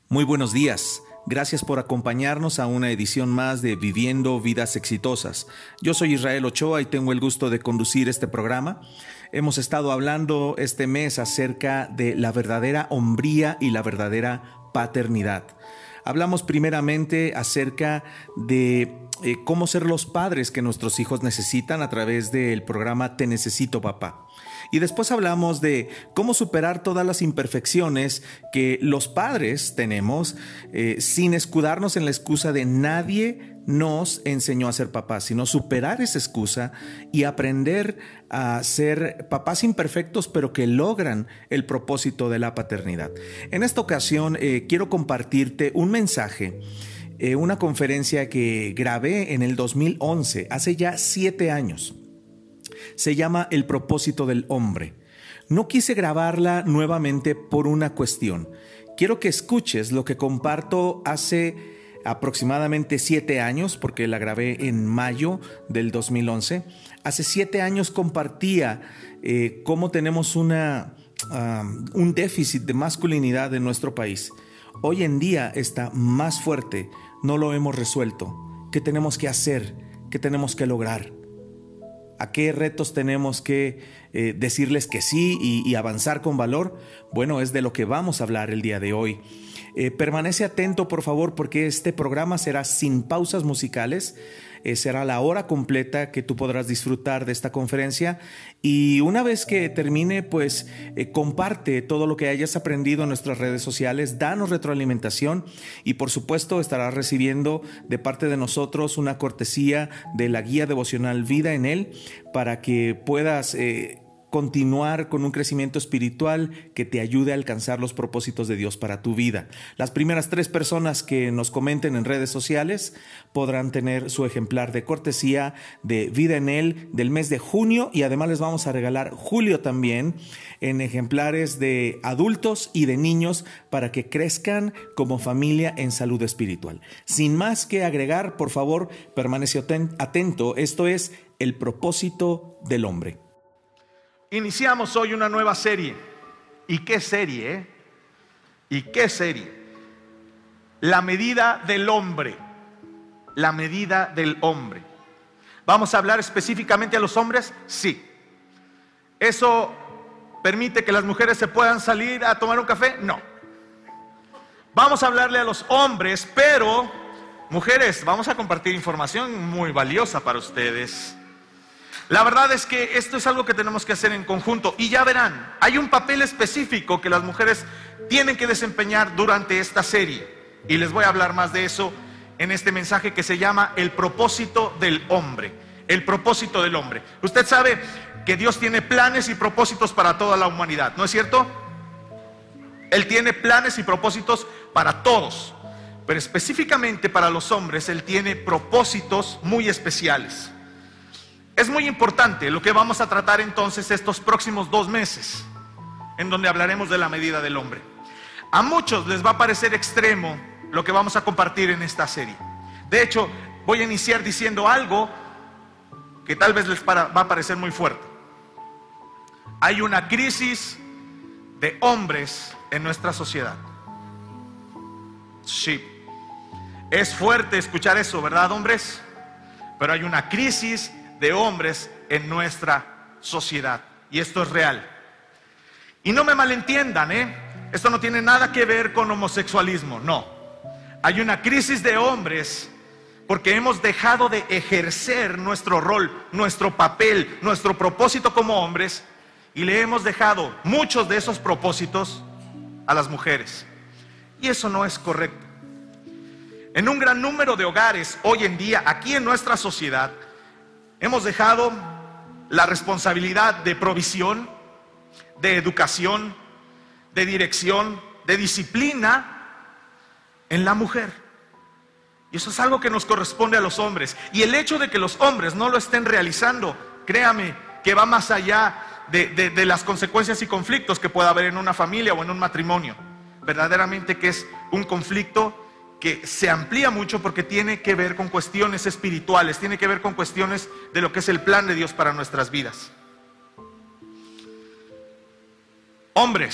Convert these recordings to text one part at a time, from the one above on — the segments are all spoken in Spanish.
Muy buenos días. Gracias por acompañarnos a una edición más de Viviendo Vidas Exitosas. Yo soy Israel Ochoa y tengo el gusto de conducir este programa. Hemos estado hablando este mes acerca de la verdadera hombría y la verdadera paternidad. Hablamos primeramente acerca de cómo ser los padres que nuestros hijos necesitan a través del programa Te Necesito, Papá. Y después hablamos de cómo superar todas las imperfecciones que los padres tenemos sin escudarnos en la excusa de nadie nos enseñó a ser papás, sino superar esa excusa y aprender a ser papás imperfectos, pero que logran el propósito de la paternidad. En esta ocasión quiero compartirte un mensaje, una conferencia que grabé en el 2011, hace ya 7 años. Se llama El propósito del hombre. No quise grabarla nuevamente por una cuestión. Quiero que escuches lo que comparto hace aproximadamente 7 años, porque la grabé en mayo del 2011. Hace 7 años compartía cómo tenemos un déficit de masculinidad en nuestro país. Hoy en día está más fuerte, no lo hemos resuelto. ¿Qué tenemos que hacer? ¿Qué tenemos que lograr? ¿A qué retos tenemos que decirles que sí y avanzar con valor? Bueno, es de lo que vamos a hablar el día de hoy. Permanece atento, por favor, porque este programa será sin pausas musicales. Será la hora completa que tú podrás disfrutar de esta conferencia. Y una vez que termine, pues comparte todo lo que hayas aprendido en nuestras redes sociales, danos retroalimentación y por supuesto estarás recibiendo de parte de nosotros una cortesía de la guía devocional Vida en Él para que puedas continuar con un crecimiento espiritual que te ayude a alcanzar los propósitos de Dios para tu vida. Las primeras 3 personas que nos comenten en redes sociales podrán tener su ejemplar de cortesía de Vida en Él del mes de junio, y además les vamos a regalar julio también en ejemplares de adultos y de niños para que crezcan como familia en salud espiritual. Sin más que agregar, por favor, permanece atento. Esto es El propósito del hombre. Iniciamos hoy una nueva serie. ¿Y qué serie, eh? ¿Y qué serie? La medida del hombre. La medida del hombre. ¿Vamos a hablar específicamente a los hombres? Sí. ¿Eso permite que las mujeres se puedan salir a tomar un café? No. Vamos a hablarle a los hombres, pero mujeres, vamos a compartir información muy valiosa para ustedes. La verdad es que esto es algo que tenemos que hacer en conjunto y ya verán, hay un papel específico que las mujeres tienen que desempeñar durante esta serie y les voy a hablar más de eso en este mensaje que se llama El propósito del hombre. El propósito del hombre. Usted sabe que Dios tiene planes y propósitos para toda la humanidad, ¿no es cierto? Él tiene planes y propósitos para todos, pero específicamente para los hombres Él tiene propósitos muy especiales. Es muy importante lo que vamos a tratar entonces estos próximos 2 meses, en donde hablaremos de la medida del hombre. A muchos les va a parecer extremo lo que vamos a compartir en esta serie. De hecho, voy a iniciar diciendo algo que tal vez les va a parecer muy fuerte. Hay una crisis de hombres en nuestra sociedad. Sí, es fuerte escuchar eso, ¿verdad, hombres? Pero hay una crisis de hombres en nuestra sociedad, y esto es real. Y no me malentiendan, esto no tiene nada que ver con homosexualismo, no. Hay una crisis de hombres porque hemos dejado de ejercer nuestro rol, nuestro papel, nuestro propósito como hombres, y le hemos dejado muchos de esos propósitos a las mujeres, y eso no es correcto. En un gran número de hogares hoy en día, aquí en nuestra sociedad, hemos dejado la responsabilidad de provisión, de educación, de dirección, de disciplina en la mujer. Y eso es algo que nos corresponde a los hombres. Y el hecho de que los hombres no lo estén realizando, créame que va más allá de las consecuencias y conflictos que pueda haber en una familia o en un matrimonio. Verdaderamente que es un conflicto que se amplía mucho porque tiene que ver con cuestiones espirituales, tiene que ver con cuestiones de lo que es el plan de Dios para nuestras vidas. Hombres,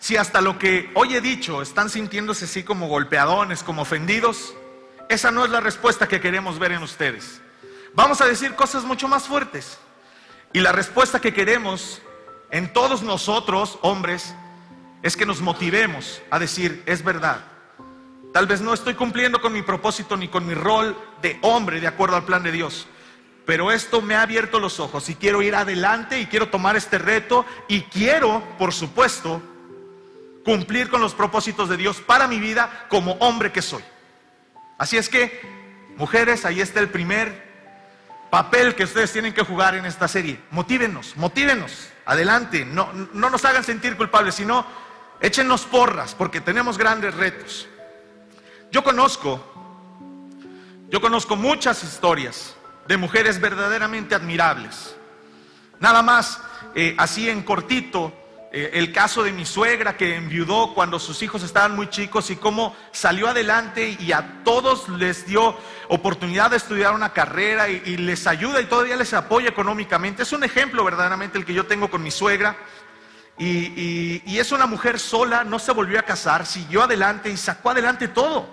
si hasta lo que hoy he dicho están sintiéndose así como golpeadones, como ofendidos, esa no es la respuesta que queremos ver en ustedes. Vamos a decir cosas mucho más fuertes. Y la respuesta que queremos en todos nosotros, hombres, es que nos motivemos a decir, es verdad. Tal vez no estoy cumpliendo con mi propósito ni con mi rol de hombre de acuerdo al plan de Dios, pero esto me ha abierto los ojos y quiero ir adelante y quiero tomar este reto y quiero, por supuesto, cumplir con los propósitos de Dios para mi vida como hombre que soy. Así es que, mujeres, ahí está el primer papel que ustedes tienen que jugar en esta serie. Motívenos, adelante, no nos hagan sentir culpables, sino échenos porras, porque tenemos grandes retos. Yo conozco muchas historias de mujeres verdaderamente admirables. Nada más, así en cortito, el caso de mi suegra que enviudó cuando sus hijos estaban muy chicos y cómo salió adelante y a todos les dio oportunidad de estudiar una carrera y les ayuda y todavía les apoya económicamente. Es un ejemplo verdaderamente el que yo tengo con mi suegra y es una mujer sola, no se volvió a casar, siguió adelante y sacó adelante todo.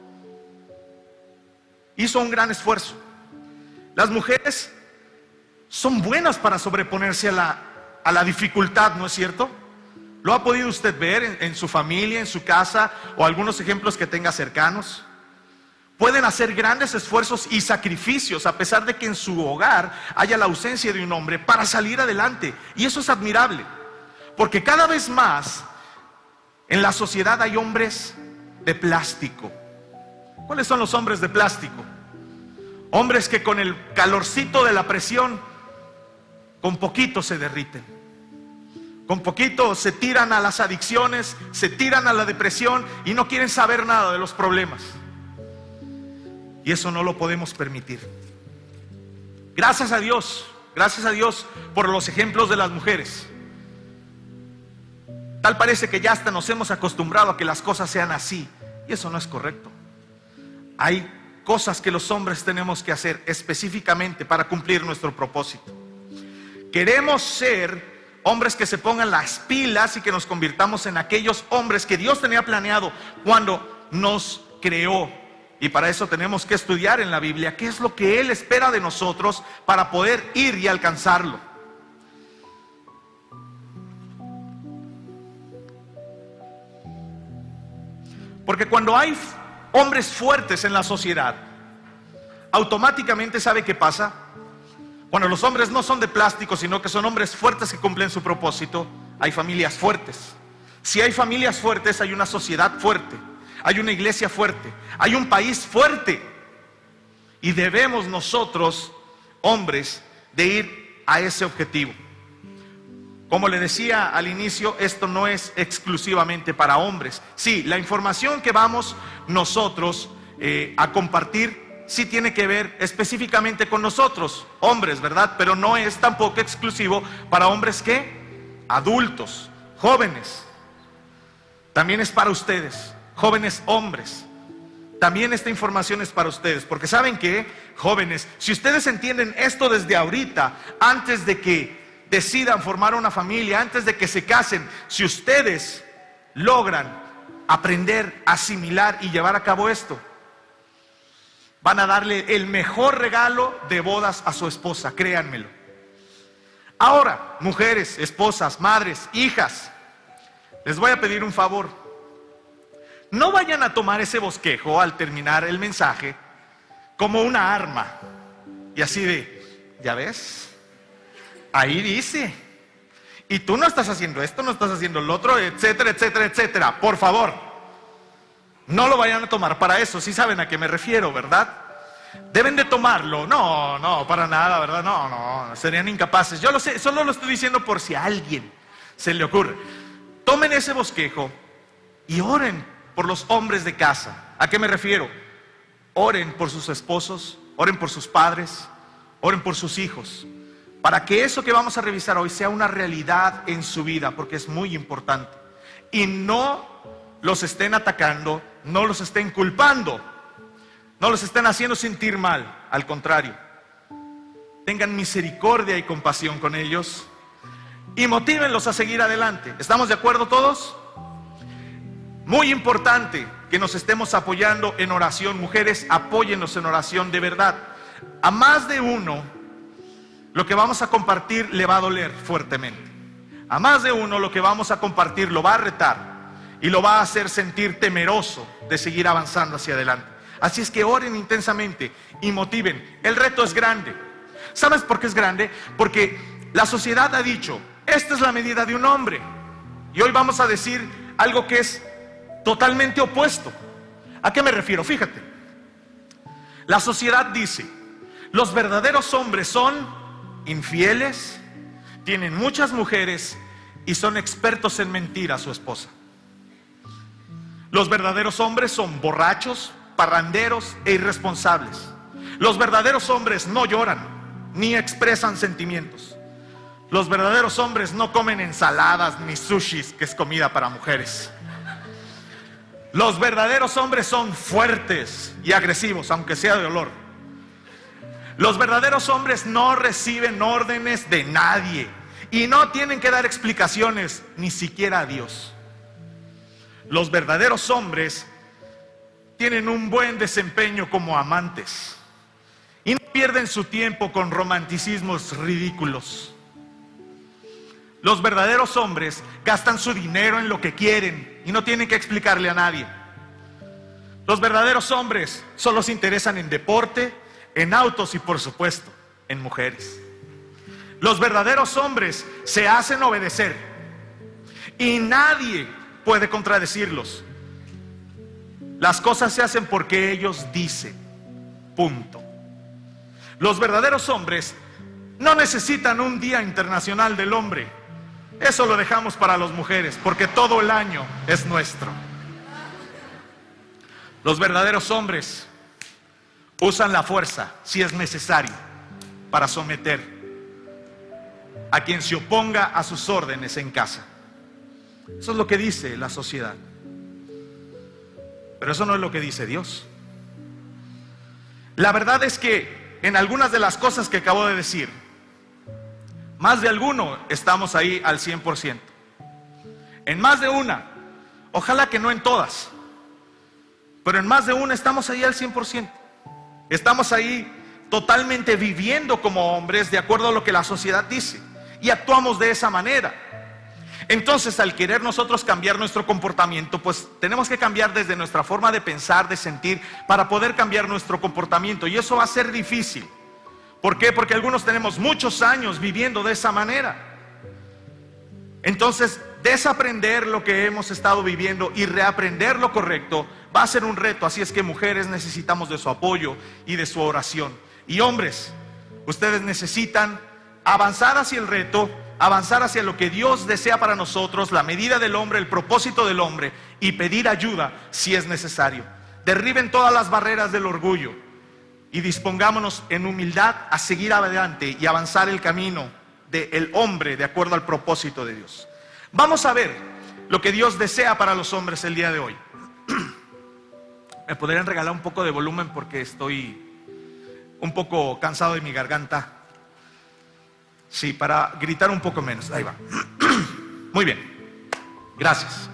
Hizo un gran esfuerzo. Las mujeres son buenas para sobreponerse a la dificultad, ¿no es cierto? ¿Lo ha podido usted ver en su familia, en su casa o algunos ejemplos que tenga cercanos? Pueden hacer grandes esfuerzos y sacrificios a pesar de que en su hogar haya la ausencia de un hombre para salir adelante. Y eso es admirable, porque cada vez más en la sociedad hay hombres de plástico. ¿Cuáles son los hombres de plástico? Hombres que con el calorcito de la presión, con poquito se derriten. Con poquito se tiran a las adicciones, se tiran a la depresión y no quieren saber nada de los problemas. Y eso no lo podemos permitir. Gracias a Dios por los ejemplos de las mujeres. Tal parece que ya hasta nos hemos acostumbrado a que las cosas sean así, y eso no es correcto. Hay cosas que los hombres tenemos que hacer específicamente para cumplir nuestro propósito. Queremos ser hombres que se pongan las pilas y que nos convirtamos en aquellos hombres que Dios tenía planeado cuando nos creó. Y para eso tenemos que estudiar en la Biblia qué es lo que Él espera de nosotros para poder ir y alcanzarlo. Porque cuando hay hombres fuertes en la sociedad, automáticamente, ¿sabe qué pasa? Cuando los hombres no son de plástico, sino que son hombres fuertes que cumplen su propósito, hay familias fuertes. Si hay familias fuertes, hay una sociedad fuerte, hay una iglesia fuerte, hay un país fuerte. Y debemos nosotros, hombres, de ir a ese objetivo. Como le decía al inicio, esto no es exclusivamente para hombres. Sí, la información que vamos nosotros a compartir sí tiene que ver específicamente con nosotros, hombres, ¿verdad? Pero no es tampoco exclusivo para hombres que adultos, jóvenes. También es para ustedes, jóvenes hombres. También esta información es para ustedes, porque ¿saben qué? Jóvenes, si ustedes entienden esto desde ahorita, antes de que decidan formar una familia, antes de que se casen, si ustedes logran aprender, asimilar y llevar a cabo esto, van a darle el mejor regalo de bodas a su esposa, créanmelo. Ahora, mujeres, esposas, madres, hijas, les voy a pedir un favor. No vayan a tomar ese bosquejo al terminar el mensaje como una arma y así de, ¿ya ves? Ahí dice, y tú no estás haciendo esto, no estás haciendo lo otro, etcétera, etcétera, etcétera. Por favor, no lo vayan a tomar para eso. Sí saben a qué me refiero, ¿verdad? Deben de tomarlo. No, para nada, ¿verdad? No, serían incapaces. Yo lo sé, solo lo estoy diciendo por si a alguien se le ocurre. Tomen ese bosquejo y oren por los hombres de casa. ¿A qué me refiero? Oren por sus esposos, oren por sus padres, oren por sus hijos, para que eso que vamos a revisar hoy sea una realidad en su vida, porque es muy importante. Y no los estén atacando, no los estén culpando, no los estén haciendo sentir mal. Al contrario, tengan misericordia y compasión con ellos y motívenlos a seguir adelante. ¿Estamos de acuerdo todos? Muy importante que nos estemos apoyando en oración. Mujeres, apóyennos en oración de verdad. A más de uno, lo que vamos a compartir le va a doler fuertemente. A más de uno, lo que vamos a compartir lo va a retar y lo va a hacer sentir temeroso de seguir avanzando hacia adelante. Así es que oren intensamente y motiven. El reto es grande. ¿Sabes por qué es grande? Porque la sociedad ha dicho, esta es la medida de un hombre. Y hoy vamos a decir algo que es totalmente opuesto. ¿A qué me refiero? Fíjate. La sociedad dice, los verdaderos hombres son infieles, tienen muchas mujeres y son expertos en mentir a su esposa. Los verdaderos hombres son borrachos, parranderos e irresponsables. Los verdaderos hombres no lloran ni expresan sentimientos. Los verdaderos hombres no comen ensaladas ni sushis, que es comida para mujeres. Los verdaderos hombres son fuertes y agresivos, aunque sea de olor. Los verdaderos hombres no reciben órdenes de nadie y no tienen que dar explicaciones, ni siquiera a Dios. Los verdaderos hombres tienen un buen desempeño como amantes y no pierden su tiempo con romanticismos ridículos. Los verdaderos hombres gastan su dinero en lo que quieren y no tienen que explicarle a nadie. Los verdaderos hombres solo se interesan en deporte, en autos y por supuesto en mujeres. Los verdaderos hombres se hacen obedecer y nadie puede contradecirlos. Las cosas se hacen porque ellos dicen, punto. Los verdaderos hombres no necesitan un Día Internacional del Hombre. Eso lo dejamos para las mujeres, porque todo el año es nuestro. Los verdaderos hombres usan la fuerza, si es necesario, para someter a quien se oponga a sus órdenes en casa. Eso es lo que dice la sociedad. Pero eso no es lo que dice Dios. La verdad es que en algunas de las cosas que acabo de decir, más de alguno estamos ahí al 100%. En más de una, ojalá que no en todas, pero en más de una estamos ahí al 100%. Estamos ahí totalmente viviendo como hombres de acuerdo a lo que la sociedad dice y actuamos de esa manera. Entonces, al querer nosotros cambiar nuestro comportamiento, pues tenemos que cambiar desde nuestra forma de pensar, de sentir, para poder cambiar nuestro comportamiento. Y eso va a ser difícil. ¿Por qué? Porque algunos tenemos muchos años viviendo de esa manera. Entonces, desaprender lo que hemos estado viviendo y reaprender lo correcto va a ser un reto. Así es que, mujeres, necesitamos de su apoyo y de su oración. Y hombres, ustedes necesitan avanzar hacia el reto, avanzar hacia lo que Dios desea para nosotros, la medida del hombre, el propósito del hombre, y pedir ayuda si es necesario. Derriben todas las barreras del orgullo y dispongámonos en humildad a seguir adelante y avanzar el camino del hombre de acuerdo al propósito de Dios. Vamos a ver lo que Dios desea para los hombres el día de hoy. ¿Me podrían regalar un poco de volumen porque estoy un poco cansado de mi garganta? Sí, para gritar un poco menos. Ahí va. Muy bien. Gracias.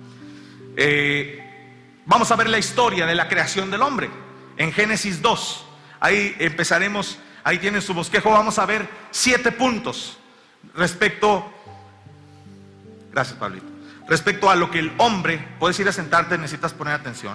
Vamos a ver la historia de la creación del hombre en Génesis 2. Ahí empezaremos. Ahí tienen su bosquejo. Vamos a ver 7 puntos respecto. Gracias, Pablito. Respecto a lo que el hombre. Puedes ir a sentarte, necesitas poner atención,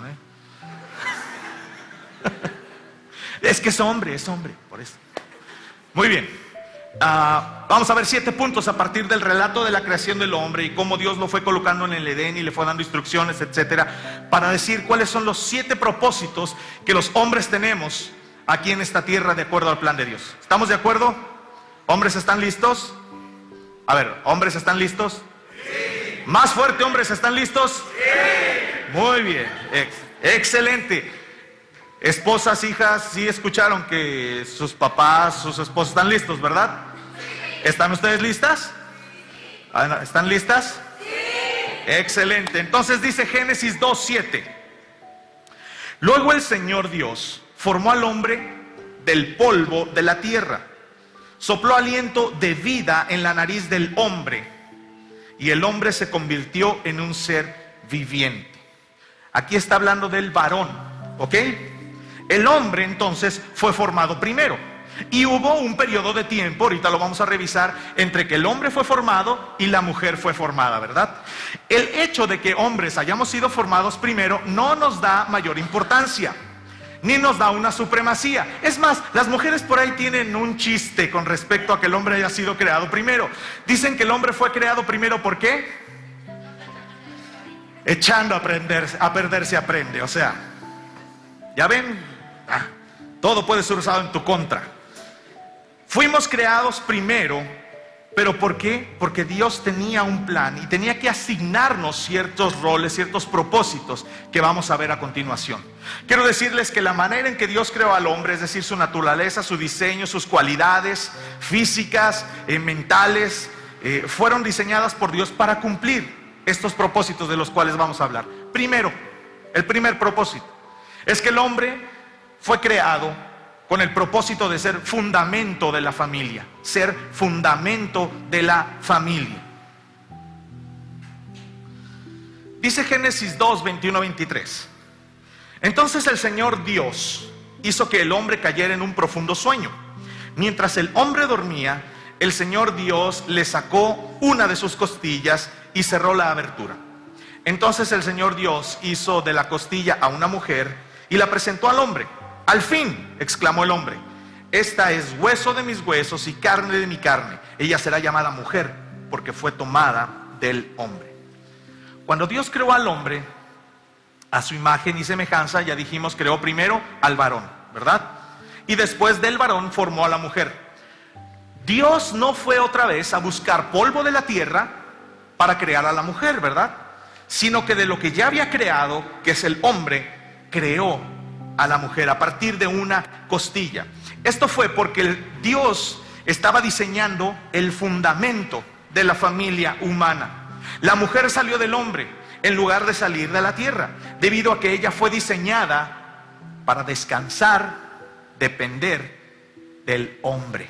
Es que es hombre, por eso. Muy bien. Vamos a ver 7 puntos a partir del relato de la creación del hombre y cómo Dios lo fue colocando en el Edén y le fue dando instrucciones, etcétera, para decir cuáles son los 7 propósitos que los hombres tenemos aquí en esta tierra de acuerdo al plan de Dios. ¿Estamos de acuerdo? ¿Hombres están listos? A ver, ¿hombres están listos? Sí. Más fuerte, ¿hombres están listos? Sí. Muy bien, excelente. Esposas, hijas, sí escucharon que sus papás, sus esposos están listos, ¿verdad? ¿Están ustedes listas? ¿Están listas? Sí. Excelente. Entonces dice Génesis 2:7. Luego el Señor Dios formó al hombre del polvo de la tierra, sopló aliento de vida en la nariz del hombre y el hombre se convirtió en un ser viviente. Aquí está hablando del varón, ¿ok? El hombre entonces fue formado primero. Y hubo un periodo de tiempo, ahorita lo vamos a revisar, entre que el hombre fue formado y la mujer fue formada, ¿verdad? El hecho de que hombres hayamos sido formados primero no nos da mayor importancia, ni nos da una supremacía. Es más, las mujeres por ahí tienen un chiste con respecto a que el hombre haya sido creado primero. Dicen que el hombre fue creado primero, ¿por qué? Echando a perder se aprende. O sea, ya ven, todo puede ser usado en tu contra. Fuimos creados primero, pero ¿por qué? Porque Dios tenía un plan y tenía que asignarnos ciertos roles, ciertos propósitos que vamos a ver a continuación. Quiero decirles que la manera en que Dios creó al hombre, es decir, su naturaleza, su diseño, sus cualidades físicas, mentales, fueron diseñadas por Dios para cumplir estos propósitos de los cuales vamos a hablar. Primero, el primer propósito es que el hombre fue creado con el propósito de ser fundamento de la familia, ser fundamento de la familia. Dice Génesis 2, 21, 23. Entonces el Señor Dios hizo que el hombre cayera en un profundo sueño. Mientras el hombre dormía, el Señor Dios le sacó una de sus costillas y cerró la abertura. Entonces el Señor Dios hizo de la costilla a una mujer y la presentó al hombre. Al fin, exclamó el hombre, esta es hueso de mis huesos y carne de mi carne. Ella será llamada mujer porque fue tomada del hombre. Cuando Dios creó al hombre a su imagen y semejanza, ya dijimos, creó primero al varón, ¿verdad? Y después del varón formó a la mujer. Dios no fue otra vez a buscar polvo de la tierra para crear a la mujer, ¿verdad? Sino que de lo que ya había creado, que es el hombre, creó a la mujer a partir de una costilla. Esto fue porque Dios estaba diseñando el fundamento de la familia humana. La mujer salió del hombre en lugar de salir de la tierra, debido a que ella fue diseñada para descansar, depender del hombre,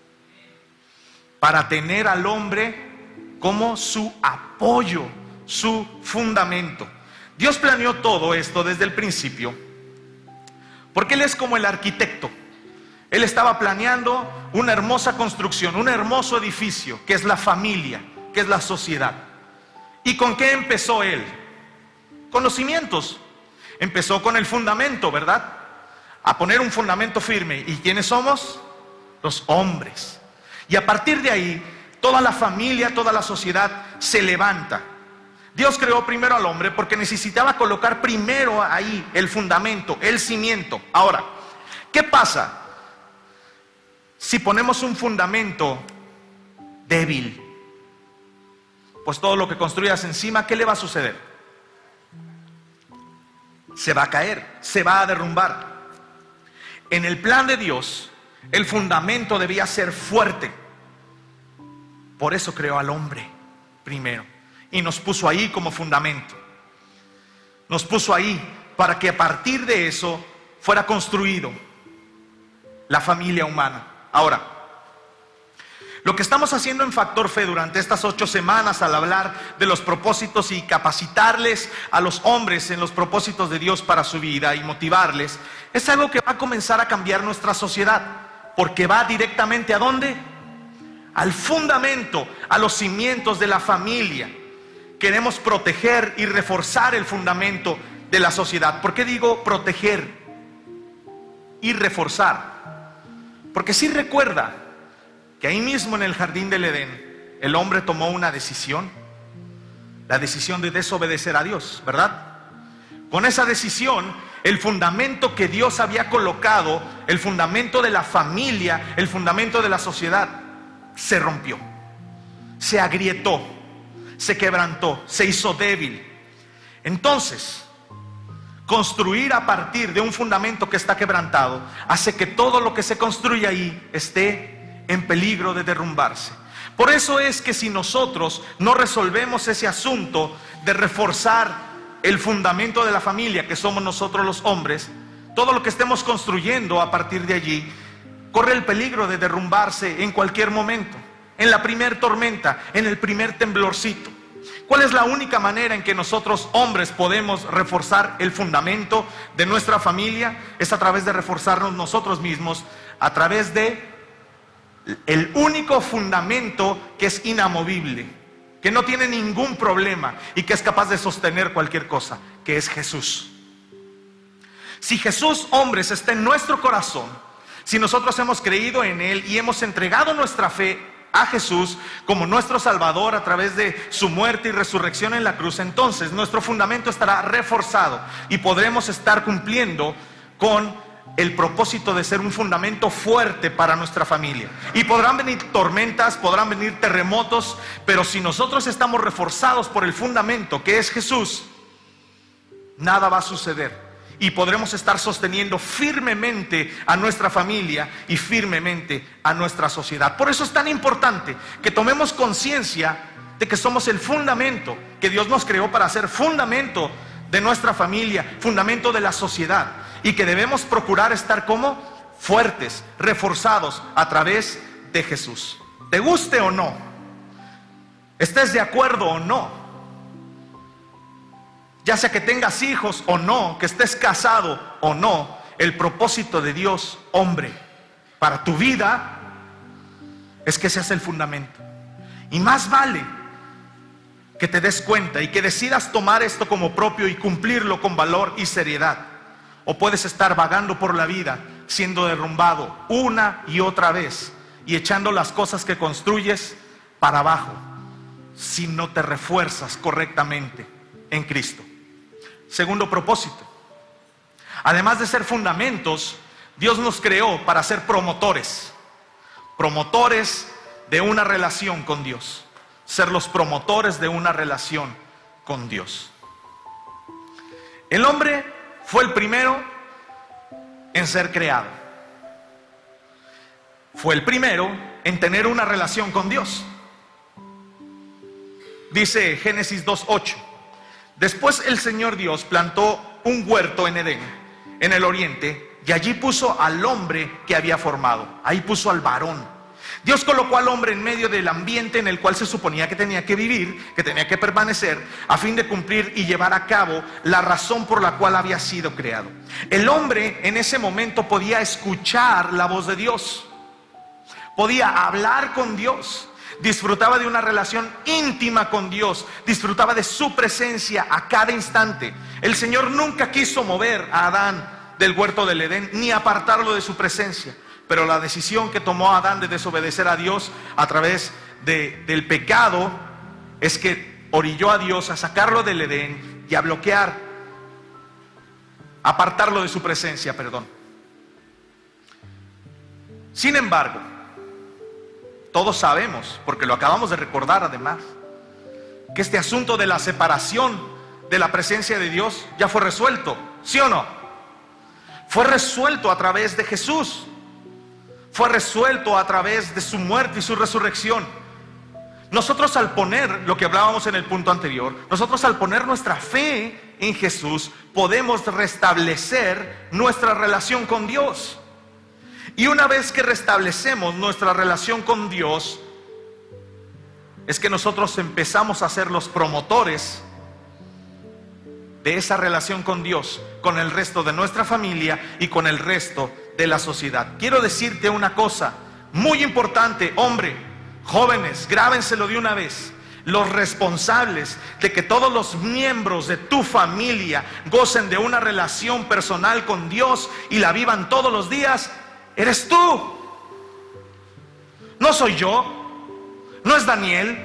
para tener al hombre como su apoyo, su fundamento. Dios planeó todo esto desde el principio, porque Él es como el arquitecto. Él estaba planeando una hermosa construcción, un hermoso edificio, que es la familia, que es la sociedad. ¿Y con qué empezó Él? Con los cimientos. Empezó con el fundamento, ¿verdad? A poner un fundamento firme. ¿Y quiénes somos? Los hombres. Y a partir de ahí, toda la familia, toda la sociedad se levanta. Dios creó primero al hombre porque necesitaba colocar primero ahí el fundamento, el cimiento. Ahora, ¿qué pasa si ponemos un fundamento débil? Pues todo lo que construyas encima, ¿qué le va a suceder? Se va a caer, se va a derrumbar. En el plan de Dios, el fundamento debía ser fuerte. Por eso creó al hombre primero. Y nos puso ahí como fundamento. Nos puso ahí para que a partir de eso fuera construido la familia humana. Ahora, lo que estamos haciendo en Factor Fe durante estas 8 semanas al hablar de los propósitos y capacitarles a los hombres en los propósitos de Dios para su vida y motivarles, es algo que va a comenzar a cambiar nuestra sociedad. Porque va directamente ¿a dónde? Al fundamento, a los cimientos de la familia. Queremos proteger y reforzar el fundamento de la sociedad. ¿Por qué digo proteger y reforzar? Porque si recuerda que ahí mismo en el jardín del Edén, el hombre tomó una decisión, la decisión de desobedecer a Dios, ¿verdad? Con esa decisión, el fundamento que Dios había colocado, el fundamento de la familia, el fundamento de la sociedad, se rompió, se agrietó, se quebrantó, se hizo débil. Entonces, construir a partir de un fundamento que está quebrantado hace que todo lo que se construye ahí esté en peligro de derrumbarse. Por eso es que si nosotros no resolvemos ese asunto de reforzar el fundamento de la familia, que somos nosotros los hombres, todo lo que estemos construyendo a partir de allí corre el peligro de derrumbarse en cualquier momento, en la primer tormenta, en el primer temblorcito. ¿Cuál es la única manera en que nosotros hombres podemos reforzar el fundamento de nuestra familia? Es a través de reforzarnos nosotros mismos, a través de el único fundamento que es inamovible, que no tiene ningún problema y que es capaz de sostener cualquier cosa, que es Jesús. Si Jesús, hombres, está en nuestro corazón, si nosotros hemos creído en Él y hemos entregado nuestra fe a Jesús como nuestro Salvador a través de su muerte y resurrección en la cruz, entonces nuestro fundamento estará reforzado y podremos estar cumpliendo con el propósito de ser un fundamento fuerte para nuestra familia. Y podrán venir tormentas, podrán venir terremotos, pero si nosotros estamos reforzados por el fundamento que es Jesús, nada va a suceder. Y podremos estar sosteniendo firmemente a nuestra familia y firmemente a nuestra sociedad. Por eso es tan importante que tomemos conciencia de que somos el fundamento, que Dios nos creó para ser fundamento de nuestra familia, fundamento de la sociedad, y que debemos procurar estar como fuertes, reforzados a través de Jesús. Te guste o no, estés de acuerdo o no, ya sea que tengas hijos o no, que estés casado o no, el propósito de Dios, hombre, para tu vida es que seas el fundamento. Y más vale que te des cuenta y que decidas tomar esto como propio y cumplirlo con valor y seriedad. O puedes estar vagando por la vida siendo derrumbado una y otra vez y echando las cosas que construyes para abajo si no te refuerzas correctamente en Cristo. Segundo propósito, además de ser fundamentos, Dios nos creó para ser promotores de una relación con Dios, ser los promotores de una relación con Dios. El hombre fue el primero en ser creado, fue el primero en tener una relación con Dios. Dice Génesis 2:8. Después el Señor Dios plantó un huerto en Edén, en el oriente, y allí puso al hombre que había formado. Ahí puso al varón. Dios colocó al hombre en medio del ambiente en el cual se suponía que tenía que vivir, que tenía que permanecer, a fin de cumplir y llevar a cabo la razón por la cual había sido creado. El hombre en ese momento podía escuchar la voz de Dios, podía hablar con Dios, disfrutaba de una relación íntima con Dios, disfrutaba de su presencia a cada instante. El Señor nunca quiso mover a Adán del huerto del Edén, ni apartarlo de su presencia. Pero la decisión que tomó Adán de desobedecer a Dios a través del pecado es que orilló a Dios a sacarlo del Edén y a bloquear, apartarlo de su presencia, Sin embargo, todos sabemos, porque lo acabamos de recordar además, que este asunto de la separación de la presencia de Dios ya fue resuelto, ¿sí o no? Fue resuelto a través de Jesús, fue resuelto a través de su muerte y su resurrección. Nosotros al poner, lo que hablábamos en el punto anterior, nosotros al poner nuestra fe en Jesús, podemos restablecer nuestra relación con Dios. Y una vez que restablecemos nuestra relación con Dios, es que nosotros empezamos a ser los promotores de esa relación con Dios, con el resto de nuestra familia y con el resto de la sociedad. Quiero decirte una cosa muy importante, hombre, jóvenes, grábenselo de una vez. Los responsables de que todos los miembros de tu familia gocen de una relación personal con Dios y la vivan todos los días, eres tú. No soy yo, no es Daniel,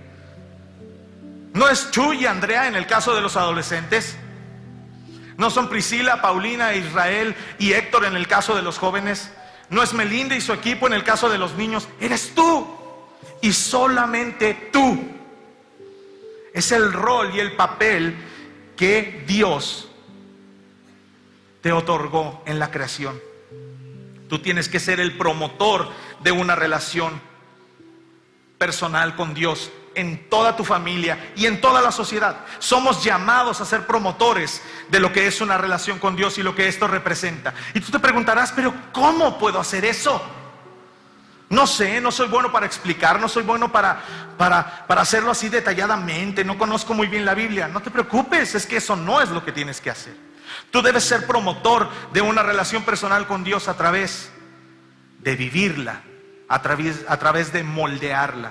no es Chuy y Andrea en el caso de los adolescentes, no son Priscila, Paulina, Israel y Héctor en el caso de los jóvenes, no es Melinda y su equipo en el caso de los niños. Eres tú y solamente tú. Es el rol y el papel que Dios te otorgó en la creación. Tú tienes que ser el promotor de una relación personal con Dios en toda tu familia y en toda la sociedad. Somos llamados a ser promotores de lo que es una relación con Dios y lo que esto representa. Y tú te preguntarás, pero ¿cómo puedo hacer eso? No sé, no soy bueno para explicar, no soy bueno para hacerlo así detalladamente, no conozco muy bien la Biblia. No te preocupes, es que eso no es lo que tienes que hacer. Tú debes ser promotor de una relación personal con Dios a través de vivirla, a través de moldearla.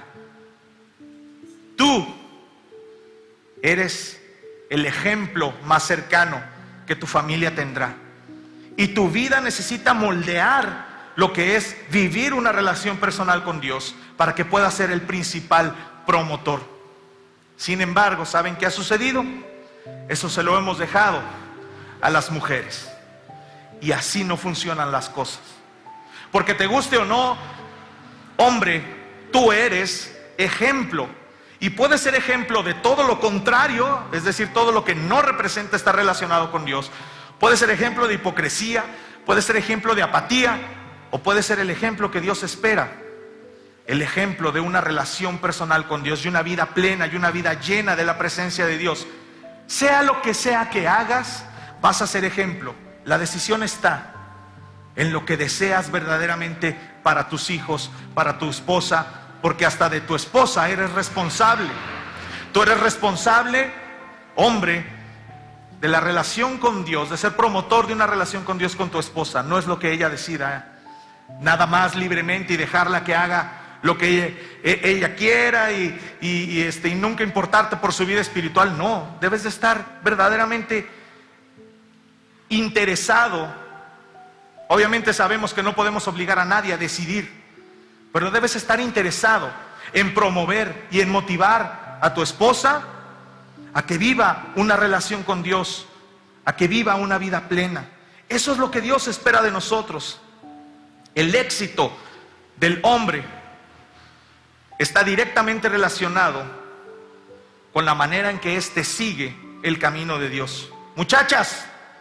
Tú eres el ejemplo más cercano que tu familia tendrá. Y tu vida necesita moldear lo que es vivir una relación personal con Dios para que pueda ser el principal promotor. Sin embargo, ¿saben qué ha sucedido? Eso se lo hemos dejado a las mujeres. Y así no funcionan las cosas. Porque te guste o no, hombre, tú eres ejemplo. Y puedes ser ejemplo de todo lo contrario, es decir, todo lo que no representa estar relacionado con Dios. Puede ser ejemplo de hipocresía, puede ser ejemplo de apatía, o puede ser el ejemplo que Dios espera. El ejemplo de una relación personal con Dios y una vida plena y una vida llena de la presencia de Dios. Sea lo que sea que hagas, vas a ser ejemplo. La decisión está en lo que deseas verdaderamente para tus hijos, para tu esposa, porque hasta de tu esposa eres responsable. Tú eres responsable, hombre, de la relación con Dios, de ser promotor de una relación con Dios con tu esposa. No es lo que ella decida, nada más libremente y dejarla que haga lo que ella quiera y nunca importarte por su vida espiritual. No, debes de estar verdaderamente interesado. Obviamente sabemos que no podemos obligar a nadie a decidir, pero debes estar interesado en promover y en motivar a tu esposa a que viva una relación con Dios, a que viva una vida plena. Eso es lo que Dios espera de nosotros. El éxito del hombre está directamente relacionado con la manera en que éste sigue el camino de Dios. Muchachas,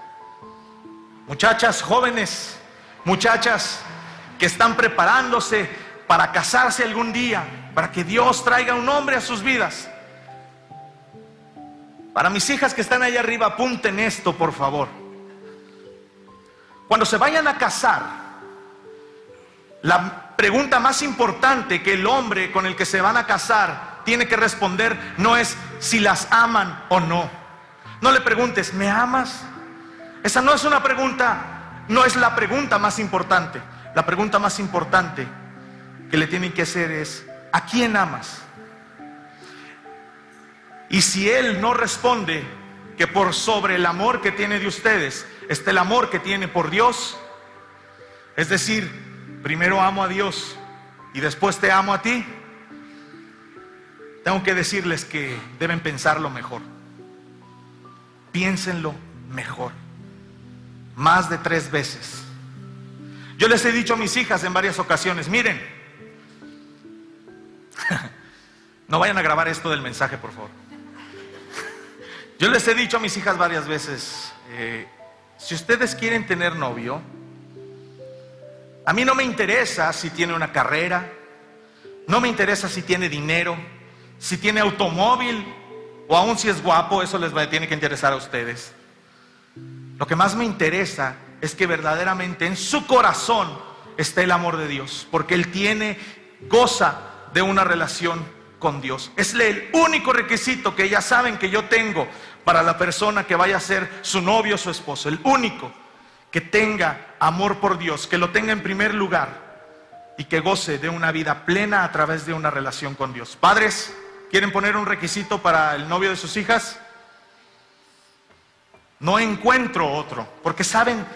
jóvenes, muchachas que están preparándose para casarse algún día, para que Dios traiga un hombre a sus vidas. Para mis hijas que están allá arriba, apunten esto, por favor. Cuando se vayan a casar, la pregunta más importante que el hombre con el que se van a casar tiene que responder no es si las aman o no. No le preguntes, ¿me amas? Esa no es una pregunta, no es la pregunta más importante. La pregunta más importante que le tienen que hacer es, ¿a quién amas? Y si él no responde que por sobre el amor que tiene de ustedes está el amor que tiene por Dios, es decir, primero amo a Dios y después te amo a ti, tengo que decirles que deben pensarlo mejor. Piénsenlo mejor, más de 3 veces. Yo les he dicho a mis hijas en varias ocasiones, miren, no vayan a grabar esto del mensaje, por favor. Yo les he dicho a mis hijas varias veces, si ustedes quieren tener novio, a mí no me interesa si tiene una carrera, no me interesa si tiene dinero, si tiene automóvil o aún si es guapo, eso tiene que interesar a ustedes. Lo que más me interesa es que verdaderamente en su corazón esté el amor de Dios, porque él goza de una relación con Dios. Es el único requisito que ellas saben que yo tengo para la persona que vaya a ser su novio o su esposo, el único. Que tenga amor por Dios, que lo tenga en primer lugar y que goce de una vida plena a través de una relación con Dios. Padres, ¿quieren poner un requisito para el novio de sus hijas? No encuentro otro, porque saben,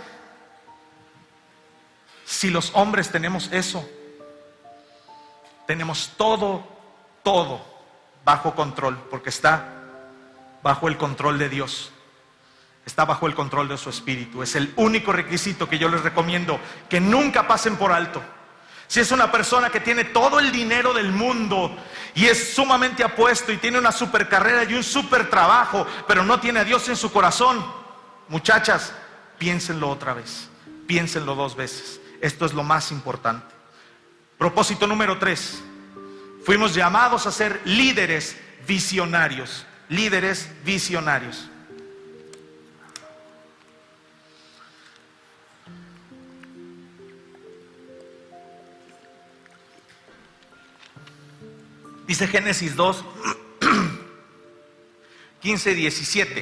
si los hombres tenemos eso, tenemos todo bajo control, porque está bajo el control de Dios. Está bajo el control de su espíritu. Es el único requisito que yo les recomiendo que nunca pasen por alto. Si es una persona que tiene todo el dinero del mundo y es sumamente apuesto y tiene una super carrera y un super trabajo, pero no tiene a Dios en su corazón, muchachas, piénsenlo otra vez, piénsenlo 2 veces. Esto es lo más importante. Propósito número 3. Fuimos llamados a ser líderes visionarios. Líderes visionarios. Dice Génesis 2, 15 y 17.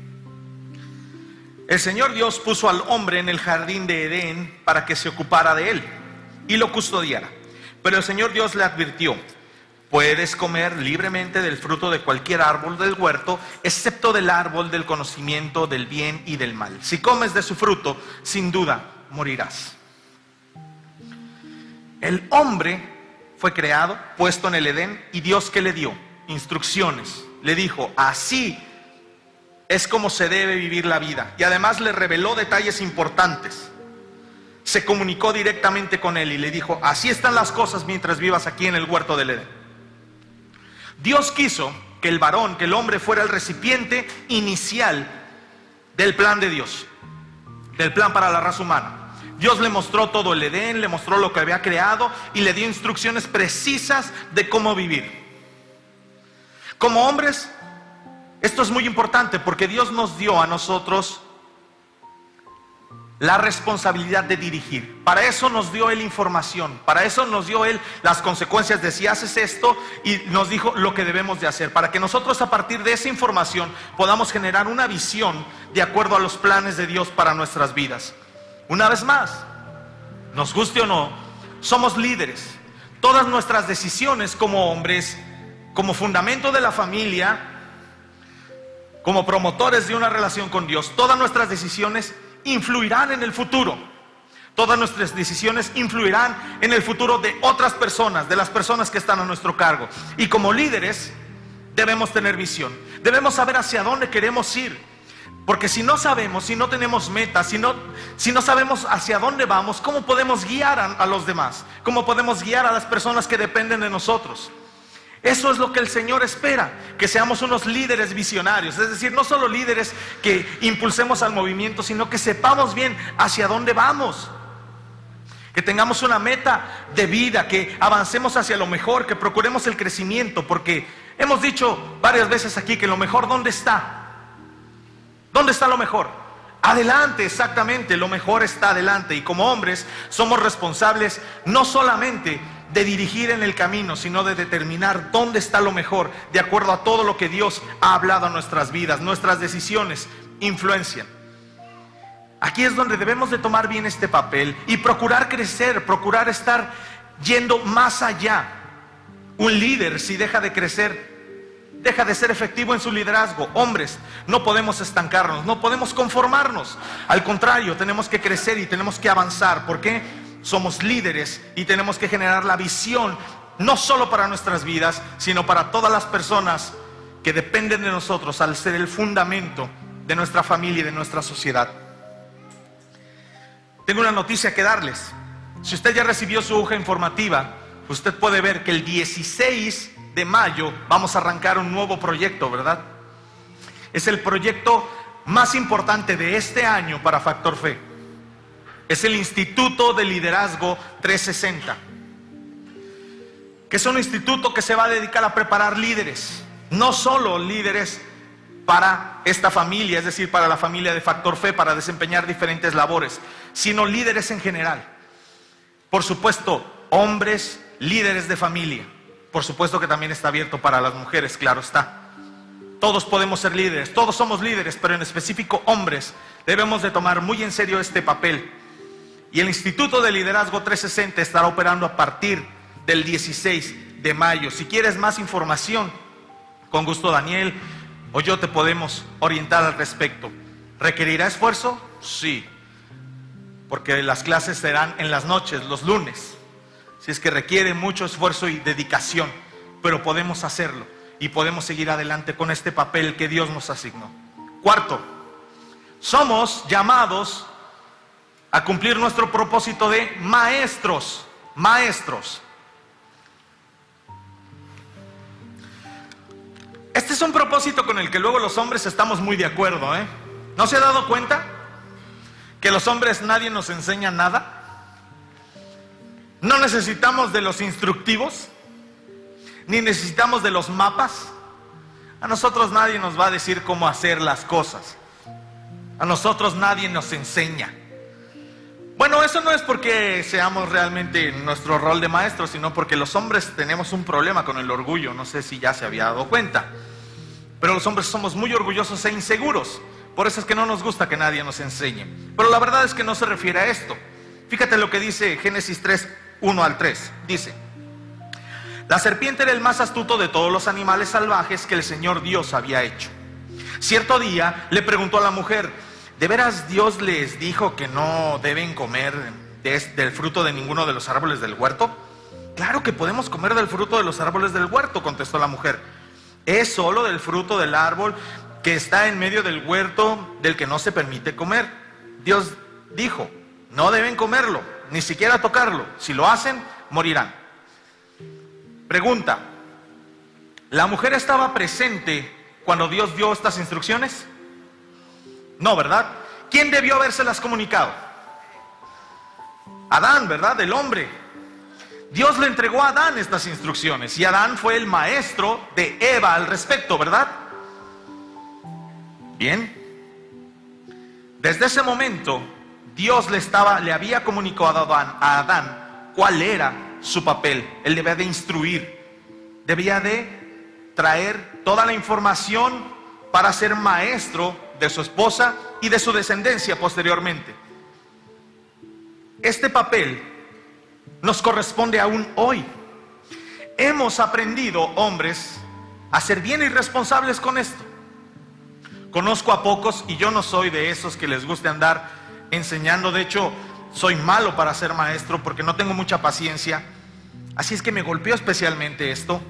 El Señor Dios puso al hombre en el jardín de Edén para que se ocupara de él y lo custodiara. Pero el Señor Dios le advirtió: puedes comer libremente del fruto de cualquier árbol del huerto, excepto del árbol del conocimiento del bien y del mal. Si comes de su fruto, sin duda morirás. El hombre fue creado, puesto en el Edén, y Dios, ¿qué le dio? Instrucciones. Le dijo: así es como se debe vivir la vida. Y además le reveló detalles importantes. Se comunicó directamente con él y le dijo: así están las cosas mientras vivas aquí en el huerto del Edén. Dios quiso que el varón, que el hombre fuera el recipiente inicial del plan de Dios, del plan para la raza humana. Dios le mostró todo el Edén, le mostró lo que había creado y le dio instrucciones precisas de cómo vivir. Como hombres, esto es muy importante porque Dios nos dio a nosotros la responsabilidad de dirigir. Para eso nos dio Él información, para eso nos dio Él las consecuencias de si haces esto, y nos dijo lo que debemos de hacer, para que nosotros a partir de esa información podamos generar una visión de acuerdo a los planes de Dios para nuestras vidas. Una vez más, nos guste o no, somos líderes. Todas nuestras decisiones como hombres, como fundamento de la familia, como promotores de una relación con Dios, todas nuestras decisiones influirán en el futuro. Todas nuestras decisiones influirán en el futuro de otras personas, de las personas que están a nuestro cargo. Y como líderes debemos tener visión, debemos saber hacia dónde queremos ir. Porque si no sabemos, si no tenemos metas, si no sabemos hacia dónde vamos, ¿cómo podemos guiar a los demás? ¿Cómo podemos guiar a las personas que dependen de nosotros? Eso es lo que el Señor espera, que seamos unos líderes visionarios. Es decir, no solo líderes que impulsemos al movimiento, sino que sepamos bien hacia dónde vamos. Que tengamos una meta de vida, que avancemos hacia lo mejor, que procuremos el crecimiento. Porque hemos dicho varias veces aquí que lo mejor, ¿dónde está? ¿Dónde está lo mejor? Adelante, exactamente, lo mejor está adelante. Y como hombres somos responsables no solamente de dirigir en el camino, sino de determinar dónde está lo mejor, de acuerdo a todo lo que Dios ha hablado a nuestras vidas. Nuestras decisiones influencian. Aquí es donde debemos de tomar bien este papel y procurar crecer, procurar estar yendo más allá. Un líder, si deja de crecer, deja de ser efectivo en su liderazgo. Hombres, no podemos estancarnos, no podemos conformarnos. Al contrario, tenemos que crecer y tenemos que avanzar. ¿Por qué? Somos líderes y tenemos que generar la visión, no solo para nuestras vidas, sino para todas las personas que dependen de nosotros, al ser el fundamento de nuestra familia y de nuestra sociedad. Tengo una noticia que darles. Si usted ya recibió su hoja informativa, usted puede ver que el 16 de mayo vamos a arrancar un nuevo proyecto, ¿verdad? Es el proyecto más importante de este año para Factor Fe. Es el Instituto de Liderazgo 360, que es un instituto que se va a dedicar a preparar líderes, no solo líderes para esta familia, es decir, para la familia de Factor Fe, para desempeñar diferentes labores, sino líderes en general. Por supuesto, hombres, líderes de familia. Por supuesto que también está abierto para las mujeres, claro está. Todos podemos ser líderes, todos somos líderes, pero en específico hombres debemos de tomar muy en serio este papel. Y el Instituto de Liderazgo 360 estará operando a partir del 16 de mayo. Si quieres más información, con gusto Daniel o yo te podemos orientar al respecto. ¿Requerirá esfuerzo? Sí, porque las clases serán en las noches, los lunes. Si es que requiere mucho esfuerzo y dedicación, pero podemos hacerlo y podemos seguir adelante con este papel que Dios nos asignó. Cuarto, somos llamados a cumplir nuestro propósito de maestros. Maestros. Este es un propósito con el que luego los hombres estamos muy de acuerdo, ¿eh? ¿No se ha dado cuenta que los hombres nadie nos enseña nada? No necesitamos de los instructivos, ni necesitamos de los mapas. A nosotros nadie nos va a decir cómo hacer las cosas. A nosotros nadie nos enseña. Bueno, eso no es porque seamos realmente nuestro rol de maestros, sino porque los hombres tenemos un problema con el orgullo. No sé si ya se había dado cuenta, pero los hombres somos muy orgullosos e inseguros. Por eso es que no nos gusta que nadie nos enseñe. Pero la verdad es que no se refiere a esto. Fíjate lo que dice Génesis 3, 1 al 3. Dice: la serpiente era el más astuto de todos los animales salvajes que el Señor Dios había hecho. Cierto día le preguntó a la mujer: ¿de veras Dios les dijo que no deben comer del fruto de ninguno de los árboles del huerto? Claro que podemos comer del fruto de los árboles del huerto, contestó la mujer. Es solo del fruto del árbol que está en medio del huerto del que no se permite comer. Dios dijo: no deben comerlo, ni siquiera tocarlo. Si lo hacen, morirán. Pregunta: ¿la mujer estaba presente cuando Dios dio estas instrucciones? No, ¿verdad? ¿Quién debió habérselas comunicado? Adán, ¿verdad? El hombre. Dios le entregó a Adán estas instrucciones y Adán fue el maestro de Eva al respecto, ¿verdad? Bien. Desde ese momento, Dios le había comunicado a Adán cuál era su papel. Él debía de instruir, debía de traer toda la información para ser maestro de su esposa y de su descendencia posteriormente. Este papel nos corresponde aún hoy. Hemos aprendido, hombres, a ser bien irresponsables con esto. Conozco a pocos, y yo no soy de esos que les guste andar enseñando. De hecho, soy malo para ser maestro porque no tengo mucha paciencia. Así es que me golpeó especialmente esto.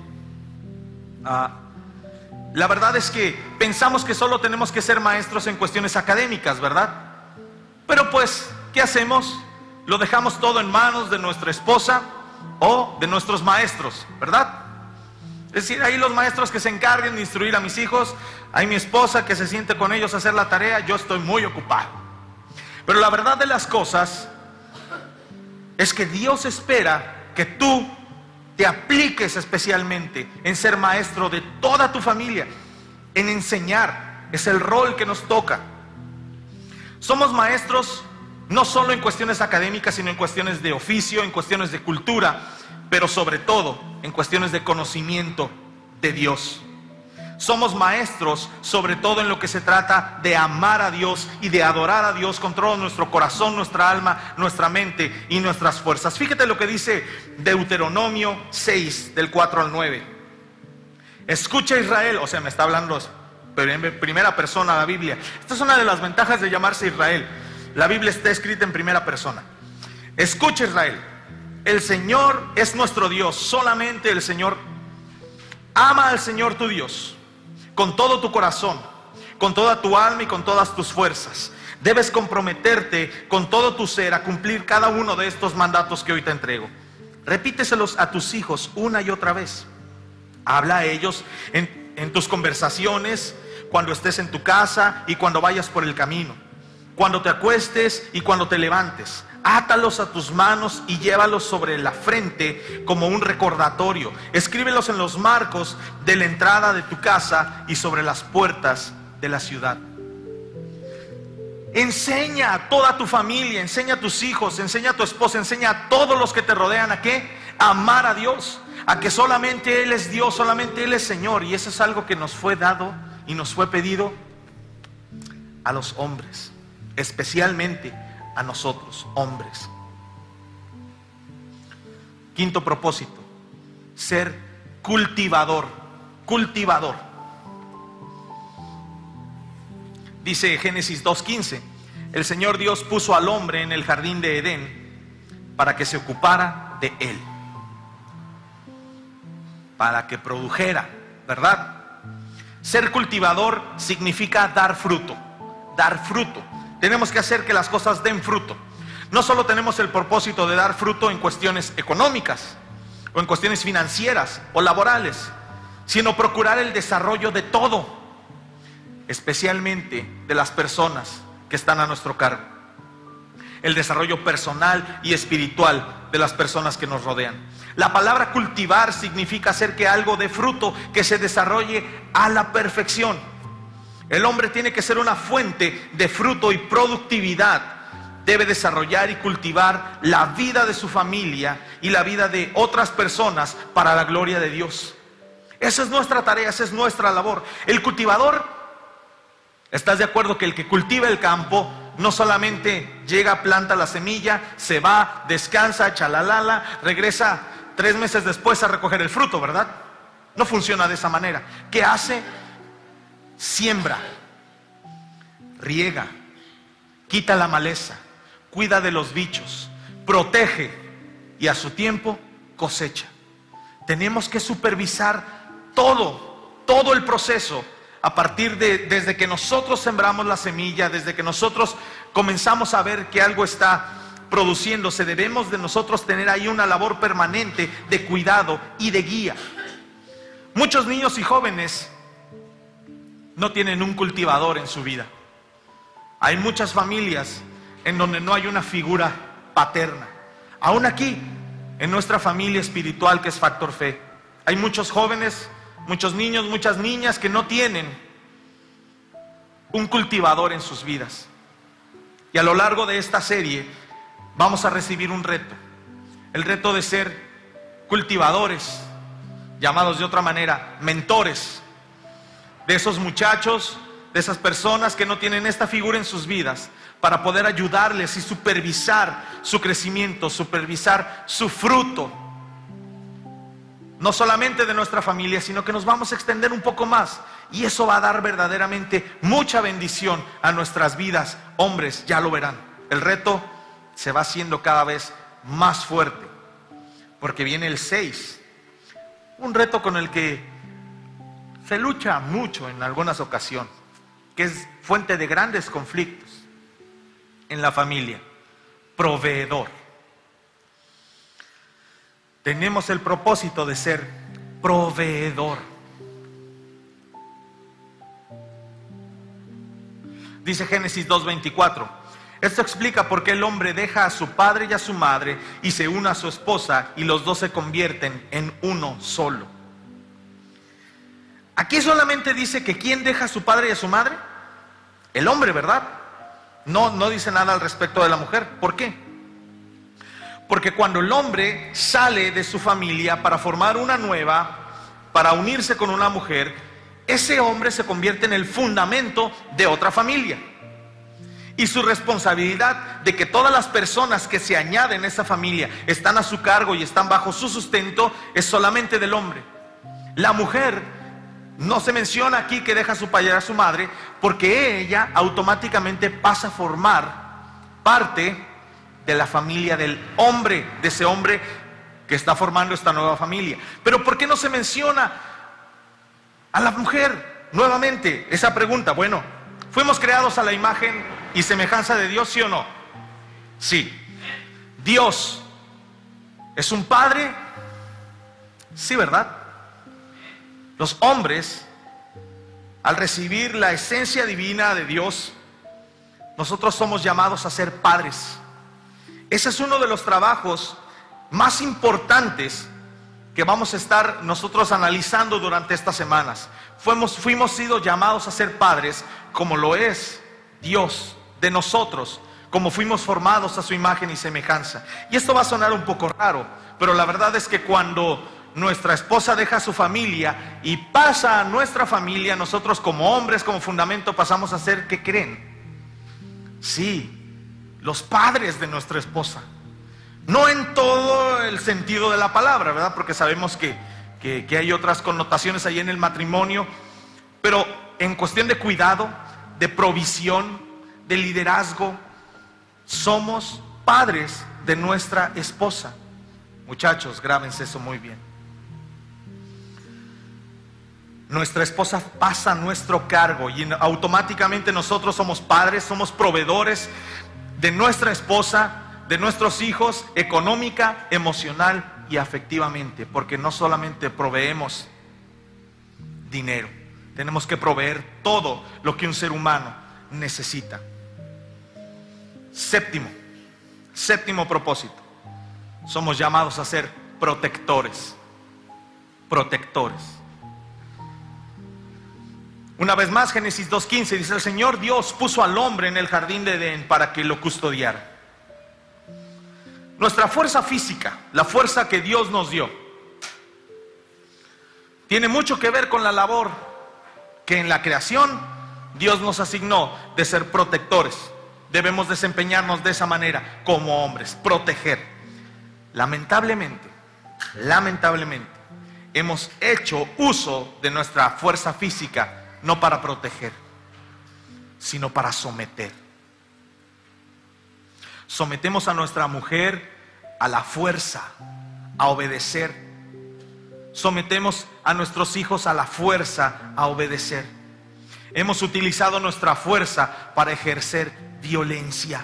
La verdad es que pensamos que solo tenemos que ser maestros en cuestiones académicas, ¿verdad? Pero pues, ¿qué hacemos? Lo dejamos todo en manos de nuestra esposa o de nuestros maestros, ¿verdad? Es decir, ahí los maestros que se encarguen de instruir a mis hijos, hay mi esposa que se siente con ellos a hacer la tarea, yo estoy muy ocupado. Pero la verdad de las cosas es que Dios espera que tú te apliques especialmente en ser maestro de toda tu familia, en enseñar. Es el rol que nos toca. Somos maestros no solo en cuestiones académicas, sino en cuestiones de oficio, en cuestiones de cultura, pero sobre todo en cuestiones de conocimiento de Dios. Somos maestros sobre todo en lo que se trata de amar a Dios y de adorar a Dios con todo nuestro corazón, nuestra alma, nuestra mente y nuestras fuerzas. Fíjate lo que dice Deuteronomio 6, del 4 al 9. Escucha, Israel, o sea, me está hablando en primera persona la Biblia. Esta es una de las ventajas de llamarse Israel. La Biblia está escrita en primera persona. Escucha, Israel, el Señor es nuestro Dios, solamente el Señor. Ama al Señor tu Dios con todo tu corazón, con toda tu alma y con todas tus fuerzas. Debes comprometerte con todo tu ser a cumplir cada uno de estos mandatos que hoy te entrego. Repíteselos a tus hijos una y otra vez. Habla a ellos en tus conversaciones, cuando estés en tu casa y cuando vayas por el camino, cuando te acuestes y cuando te levantes. Átalos a tus manos y llévalos sobre la frente como un recordatorio. Escríbelos en los marcos de la entrada de tu casa y sobre las puertas de la ciudad. Enseña a toda tu familia, enseña a tus hijos, enseña a tu esposa, enseña a todos los que te rodean a qué, a amar a Dios, a que solamente Él es Dios, solamente Él es Señor. Y eso es algo que nos fue dado y nos fue pedido a los hombres, especialmente a nosotros, hombres. Quinto propósito: ser cultivador. Cultivador. Dice Génesis 2:15: el Señor Dios puso al hombre en el jardín de Edén para que se ocupara de él, para que produjera, ¿verdad? Ser cultivador significa dar fruto. Dar fruto. Tenemos que hacer que las cosas den fruto. No solo tenemos el propósito de dar fruto en cuestiones económicas o en cuestiones financieras o laborales, sino procurar el desarrollo de todo, especialmente de las personas que están a nuestro cargo. El desarrollo personal y espiritual de las personas que nos rodean. La palabra cultivar significa hacer que algo dé fruto, que se desarrolle a la perfección. El hombre tiene que ser una fuente de fruto y productividad debe desarrollar y cultivar la vida de su familia y la vida de otras personas para la gloria de Dios. Esa es nuestra tarea, esa es nuestra labor. El cultivador, ¿estás de acuerdo que el que cultiva el campo no solamente llega, planta la semilla, se va, descansa, chalalala, regresa 3 meses después a recoger el fruto, ¿verdad? No funciona de esa manera. ¿Qué hace? Siembra, riega, quita la maleza, cuida de los bichos, protege y a su tiempo cosecha. Tenemos que supervisar todo el proceso a partir desde que nosotros sembramos la semilla, desde que nosotros comenzamos a ver que algo está produciéndose. Debemos de nosotros tener ahí una labor permanente de cuidado y de guía. Muchos niños y jóvenes no tienen un cultivador en su vida. Hay muchas familias en donde no hay una figura paterna. Aún aquí, en nuestra familia espiritual que es Factor Fe, hay muchos jóvenes, muchos niños, muchas niñas que no tienen un cultivador en sus vidas. Y a lo largo de esta serie vamos a recibir un reto. El reto de ser cultivadores, llamados de otra manera, mentores, de esos muchachos, de esas personas que no tienen esta figura en sus vidas, para poder ayudarles y supervisar su crecimiento, supervisar su fruto. No solamente de nuestra familia, sino que nos vamos a extender un poco más. Y eso va a dar verdaderamente mucha bendición a nuestras vidas. Hombres, ya lo verán. El reto se va haciendo cada vez más fuerte, porque viene el 6. Un reto con el que se lucha mucho en algunas ocasiones, que es fuente de grandes conflictos en la familia. Proveedor. Tenemos el propósito de ser proveedor. Dice Génesis 2:24. Esto explica por qué el hombre deja a su padre y a su madre y se une a su esposa y los dos se convierten en uno solo. Aquí solamente dice que ¿quién deja a su padre y a su madre? El hombre, ¿verdad? No dice nada al respecto de la mujer. ¿Por qué? Porque cuando el hombre sale de su familia para formar una nueva, para unirse con una mujer, ese hombre se convierte en el fundamento de otra familia. Y su responsabilidad de que todas las personas que se añaden a esa familia están a su cargo y están bajo su sustento es solamente del hombre. La mujer no se menciona aquí que deja a su padre y a su madre, porque ella automáticamente pasa a formar parte de la familia del hombre, de ese hombre que está formando esta nueva familia. Pero ¿por qué no se menciona a la mujer? Nuevamente, esa pregunta. Bueno, ¿fuimos creados a la imagen y semejanza de Dios, sí o no? Sí. ¿Dios es un padre? Sí, ¿verdad? Los hombres, al recibir la esencia divina de Dios, nosotros somos llamados a ser padres. Ese es uno de los trabajos más importantes que vamos a estar nosotros analizando durante estas semanas. Fuimos sido llamados a ser padres como lo es Dios de nosotros, como fuimos formados a su imagen y semejanza. Y esto va a sonar un poco raro, pero la verdad es que cuando nuestra esposa deja a su familia y pasa a nuestra familia, nosotros como hombres, como fundamento, pasamos a ser, ¿qué creen? Sí, los padres de nuestra esposa. No en todo el sentido de la palabra, ¿verdad? Porque sabemos que hay otras connotaciones ahí en el matrimonio, pero en cuestión de cuidado, de provisión, de liderazgo, somos padres de nuestra esposa. Muchachos, grábense eso muy bien. Nuestra esposa pasa a nuestro cargo y automáticamente nosotros somos padres, somos proveedores de nuestra esposa, de nuestros hijos, económica, emocional y afectivamente, porque no solamente proveemos dinero, tenemos que proveer todo lo que un ser humano necesita. Séptimo propósito, somos llamados a ser protectores. Una vez más, Génesis 2:15 dice: el Señor Dios puso al hombre en el jardín de Edén para que lo custodiara. Nuestra fuerza física, la fuerza que Dios nos dio, tiene mucho que ver con la labor que en la creación Dios nos asignó de ser protectores. Debemos desempeñarnos de esa manera como hombres, proteger. Lamentablemente, hemos hecho uso de nuestra fuerza física no para proteger, sino para someter. Sometemos a nuestra mujer a la fuerza, a obedecer. Sometemos a nuestros hijos a la fuerza, a obedecer. Hemos utilizado nuestra fuerza para ejercer violencia.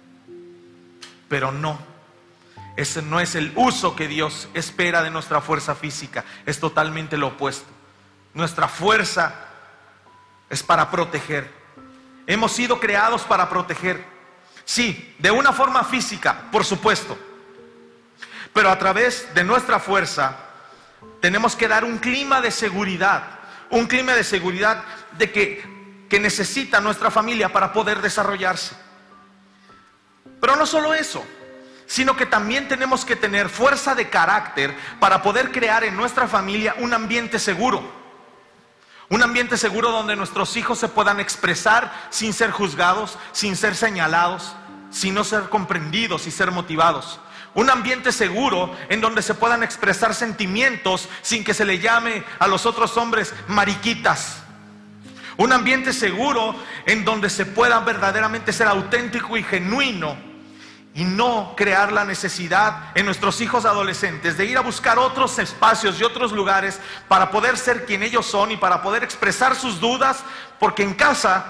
Pero no, ese no es el uso que Dios espera de nuestra fuerza física. Es totalmente lo opuesto. Nuestra fuerza es para proteger. Hemos sido creados para proteger. Sí, de una forma física, por supuesto. Pero a través de nuestra fuerza tenemos que dar un clima de seguridad. Un clima de seguridad de que necesita nuestra familia para poder desarrollarse. Pero no solo eso, sino que también tenemos que tener fuerza de carácter para poder crear en nuestra familia un ambiente seguro. Un ambiente seguro donde nuestros hijos se puedan expresar sin ser juzgados, sin ser señalados, sino ser comprendidos y ser motivados. Un ambiente seguro en donde se puedan expresar sentimientos sin que se le llame a los otros hombres mariquitas. Un ambiente seguro en donde se pueda verdaderamente ser auténtico y genuino, y no crear la necesidad en nuestros hijos adolescentes de ir a buscar otros espacios y otros lugares para poder ser quien ellos son y para poder expresar sus dudas, porque en casa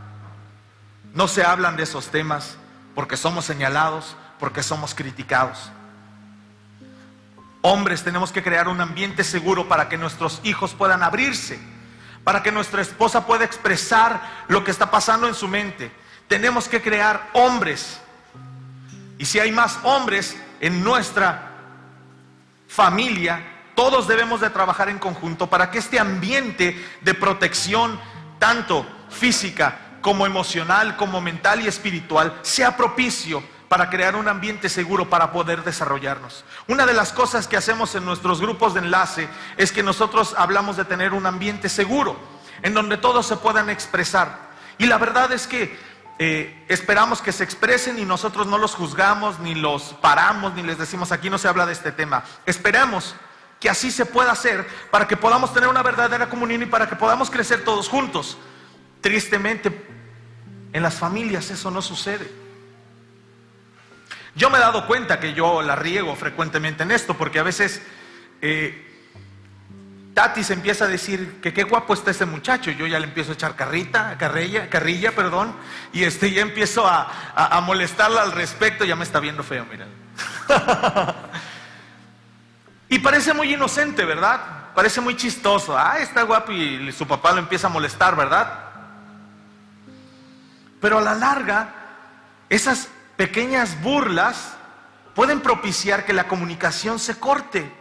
no se hablan de esos temas, porque somos señalados, porque somos criticados. Hombres, tenemos que crear un ambiente seguro para que nuestros hijos puedan abrirse, para que nuestra esposa pueda expresar lo que está pasando en su mente. Tenemos que crear hombres. Y si hay más hombres en nuestra familia, todos debemos de trabajar en conjunto para que este ambiente de protección, tanto física como emocional, como mental y espiritual, sea propicio para crear un ambiente seguro para poder desarrollarnos. Una de las cosas que hacemos en nuestros grupos de enlace es que nosotros hablamos de tener un ambiente seguro, en donde todos se puedan expresar. Y la verdad es que esperamos que se expresen y nosotros no los juzgamos, ni los paramos, ni les decimos aquí no se habla de este tema. Esperamos que así se pueda hacer para que podamos tener una verdadera comunión y para que podamos crecer todos juntos. Tristemente, en las familias eso no sucede. Yo me he dado cuenta que yo la riego frecuentemente en esto, porque a veces Tati se empieza a decir que qué guapo está ese muchacho, y yo ya le empiezo a echar carrilla, y ya empiezo a molestarla al respecto. Ya me está viendo feo, mira. Y parece muy inocente, ¿verdad? Parece muy chistoso. Está guapo, y su papá lo empieza a molestar, ¿verdad? Pero a la larga, esas pequeñas burlas pueden propiciar que la comunicación se corte.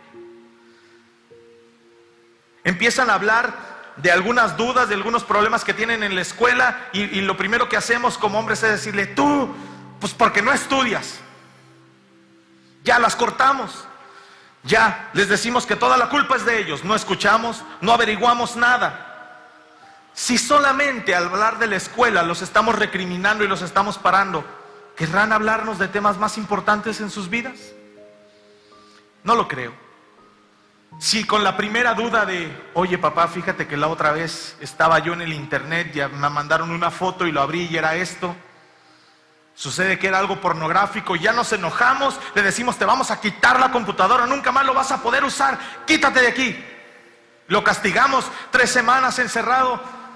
Empiezan a hablar de algunas dudas, de algunos problemas que tienen en la escuela, y lo primero que hacemos como hombres es decirle: tú, pues porque no estudias. Ya las cortamos. Ya les decimos que toda la culpa es de ellos. No escuchamos, no averiguamos nada. Si solamente al hablar de la escuela los estamos recriminando y los estamos parando, ¿querrán hablarnos de temas más importantes en sus vidas? No lo creo. Si con la primera duda de: oye papá, fíjate que la otra vez estaba yo en el internet, ya me mandaron una foto y lo abrí y era esto, sucede que era algo pornográfico, ya nos enojamos, le decimos: te vamos a quitar la computadora, nunca más lo vas a poder usar, quítate de aquí. Lo castigamos 3 semanas encerrado.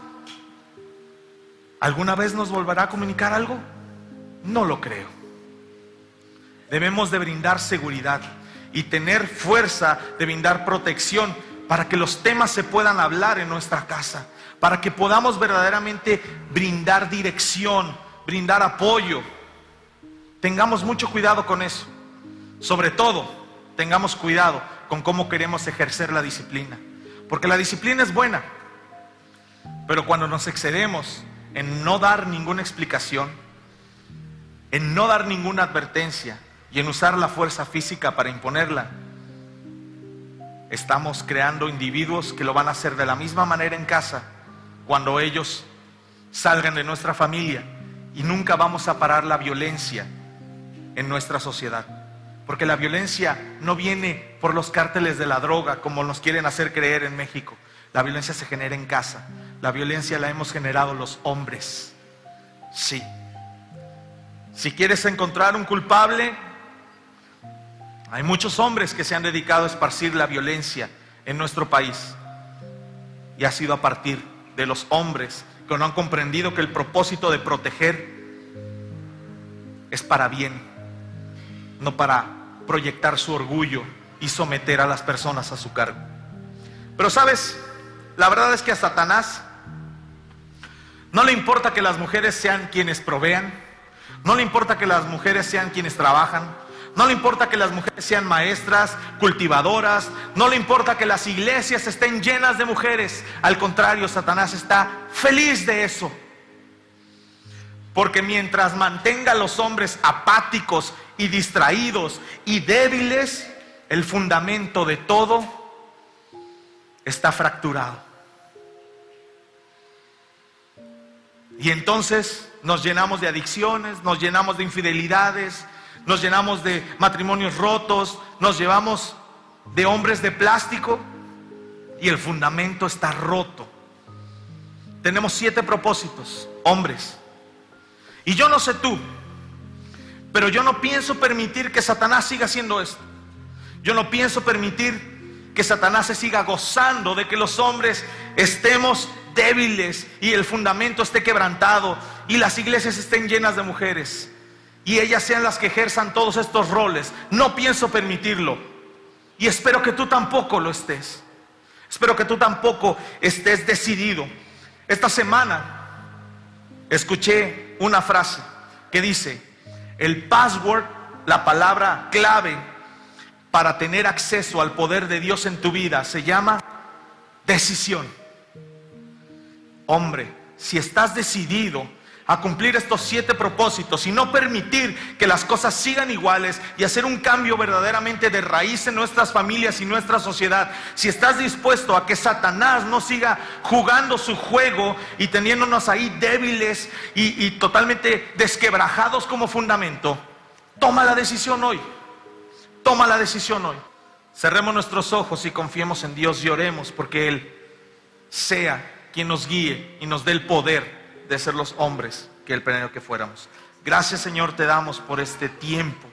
¿Alguna vez nos volverá a comunicar algo? No lo creo. Debemos de brindar seguridad y tener fuerza de brindar protección para que los temas se puedan hablar en nuestra casa, para que podamos verdaderamente brindar dirección, brindar apoyo. Tengamos mucho cuidado con eso. Sobre todo, tengamos cuidado con cómo queremos ejercer la disciplina, porque la disciplina es buena, pero cuando nos excedemos en no dar ninguna explicación, en no dar ninguna advertencia, y en usar la fuerza física para imponerla, estamos creando individuos que lo van a hacer de la misma manera en casa cuando ellos salgan de nuestra familia, y nunca vamos a parar la violencia en nuestra sociedad, porque la violencia no viene por los cárteles de la droga como nos quieren hacer creer en México. La violencia se genera en casa. La violencia la hemos generado los hombres. Sí. Si quieres encontrar un culpable, hay muchos hombres que se han dedicado a esparcir la violencia en nuestro país, y ha sido a partir de los hombres que no han comprendido que el propósito de proteger es para bien, no para proyectar su orgullo y someter a las personas a su cargo. Pero sabes, la verdad es que a Satanás no le importa que las mujeres sean quienes provean, no le importa que las mujeres sean quienes trabajan, no le importa que las mujeres sean maestras, cultivadoras, no le importa que las iglesias estén llenas de mujeres. Al contrario, Satanás está feliz de eso. Porque mientras mantenga a los hombres apáticos y distraídos y débiles, el fundamento de todo está fracturado. Y entonces nos llenamos de adicciones, nos llenamos de infidelidades, nos llenamos de matrimonios rotos, nos llevamos de hombres de plástico, y el fundamento está roto. Tenemos 7 propósitos, hombres. Y yo no sé tú, pero yo no pienso permitir que Satanás siga haciendo esto. Yo no pienso permitir que Satanás se siga gozando de que los hombres estemos débiles y el fundamento esté quebrantado y las iglesias estén llenas de mujeres y ellas sean las que ejerzan todos estos roles. No pienso permitirlo, y espero que tú tampoco lo estés. Espero que tú tampoco estés decidido. Esta semana escuché una frase que dice: el password, la palabra clave para tener acceso al poder de Dios en tu vida, se llama decisión. Hombre, si estás decidido a cumplir estos 7 propósitos y no permitir que las cosas sigan iguales y hacer un cambio verdaderamente de raíz en nuestras familias y nuestra sociedad, si estás dispuesto a que Satanás no siga jugando su juego y teniéndonos ahí débiles y totalmente desquebrajados como fundamento, toma la decisión hoy. Toma la decisión hoy. Cerremos nuestros ojos y confiemos en Dios y oremos porque Él sea quien nos guíe y nos dé el poder de ser los hombres que Él planeó que fuéramos. Gracias, Señor, te damos por este tiempo.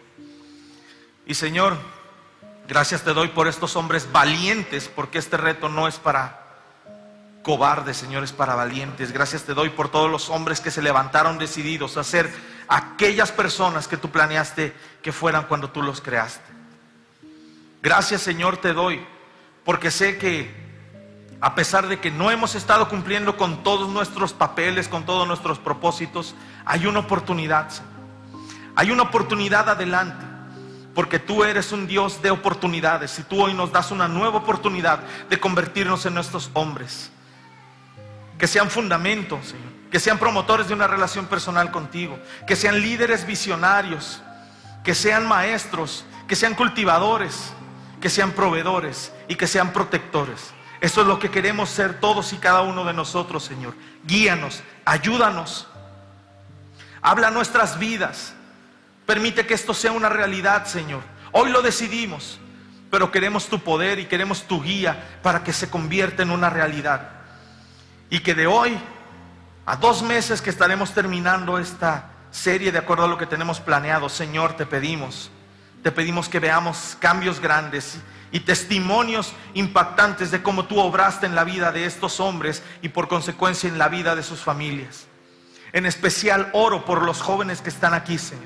Y Señor, gracias te doy por estos hombres valientes, porque este reto no es para cobardes, Señor, es para valientes. Gracias te doy por todos los hombres que se levantaron decididos a ser aquellas personas que tú planeaste que fueran cuando tú los creaste. Gracias, Señor, te doy porque sé que a pesar de que no hemos estado cumpliendo con todos nuestros papeles, con todos nuestros propósitos, hay una oportunidad, Señor. Hay una oportunidad adelante, porque tú eres un Dios de oportunidades y tú hoy nos das una nueva oportunidad de convertirnos en nuestros hombres. Que sean fundamentos, Señor, que sean promotores de una relación personal contigo, que sean líderes visionarios, que sean maestros, que sean cultivadores, que sean proveedores y que sean protectores. Eso es lo que queremos ser todos y cada uno de nosotros, Señor. Guíanos, ayúdanos. Habla nuestras vidas. Permite que esto sea una realidad, Señor. Hoy lo decidimos, pero queremos tu poder y queremos tu guía para que se convierta en una realidad. Y que de hoy a 2 meses que estaremos terminando esta serie de acuerdo a lo que tenemos planeado, Señor, te pedimos que veamos cambios grandes y testimonios impactantes de cómo tú obraste en la vida de estos hombres y por consecuencia en la vida de sus familias. En especial oro por los jóvenes que están aquí, Señor,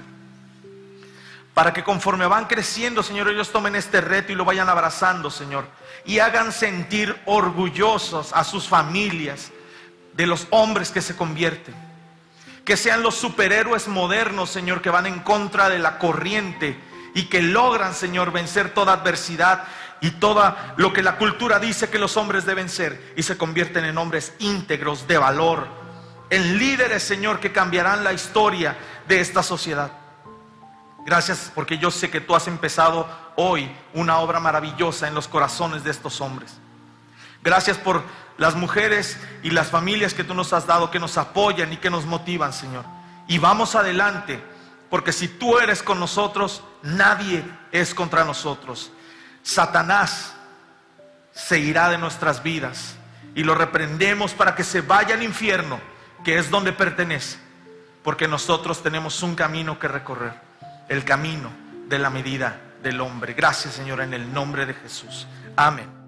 para que conforme van creciendo, Señor, ellos tomen este reto y lo vayan abrazando, Señor, y hagan sentir orgullosos a sus familias de los hombres que se convierten. Que sean los superhéroes modernos, Señor, que van en contra de la corriente y que logran, Señor, vencer toda adversidad y todo lo que la cultura dice que los hombres deben ser, y se convierten en hombres íntegros, de valor, en líderes, Señor, que cambiarán la historia de esta sociedad. Gracias porque yo sé que tú has empezado hoy una obra maravillosa en los corazones de estos hombres. Gracias por las mujeres y las familias que tú nos has dado, que nos apoyan y que nos motivan, Señor. Y vamos adelante, porque si tú eres con nosotros, nadie es contra nosotros. Satanás se irá de nuestras vidas y lo reprendemos para que se vaya al infierno, que es donde pertenece, porque nosotros tenemos un camino que recorrer, el camino de la medida del hombre. Gracias, Señor, en el nombre de Jesús. Amén.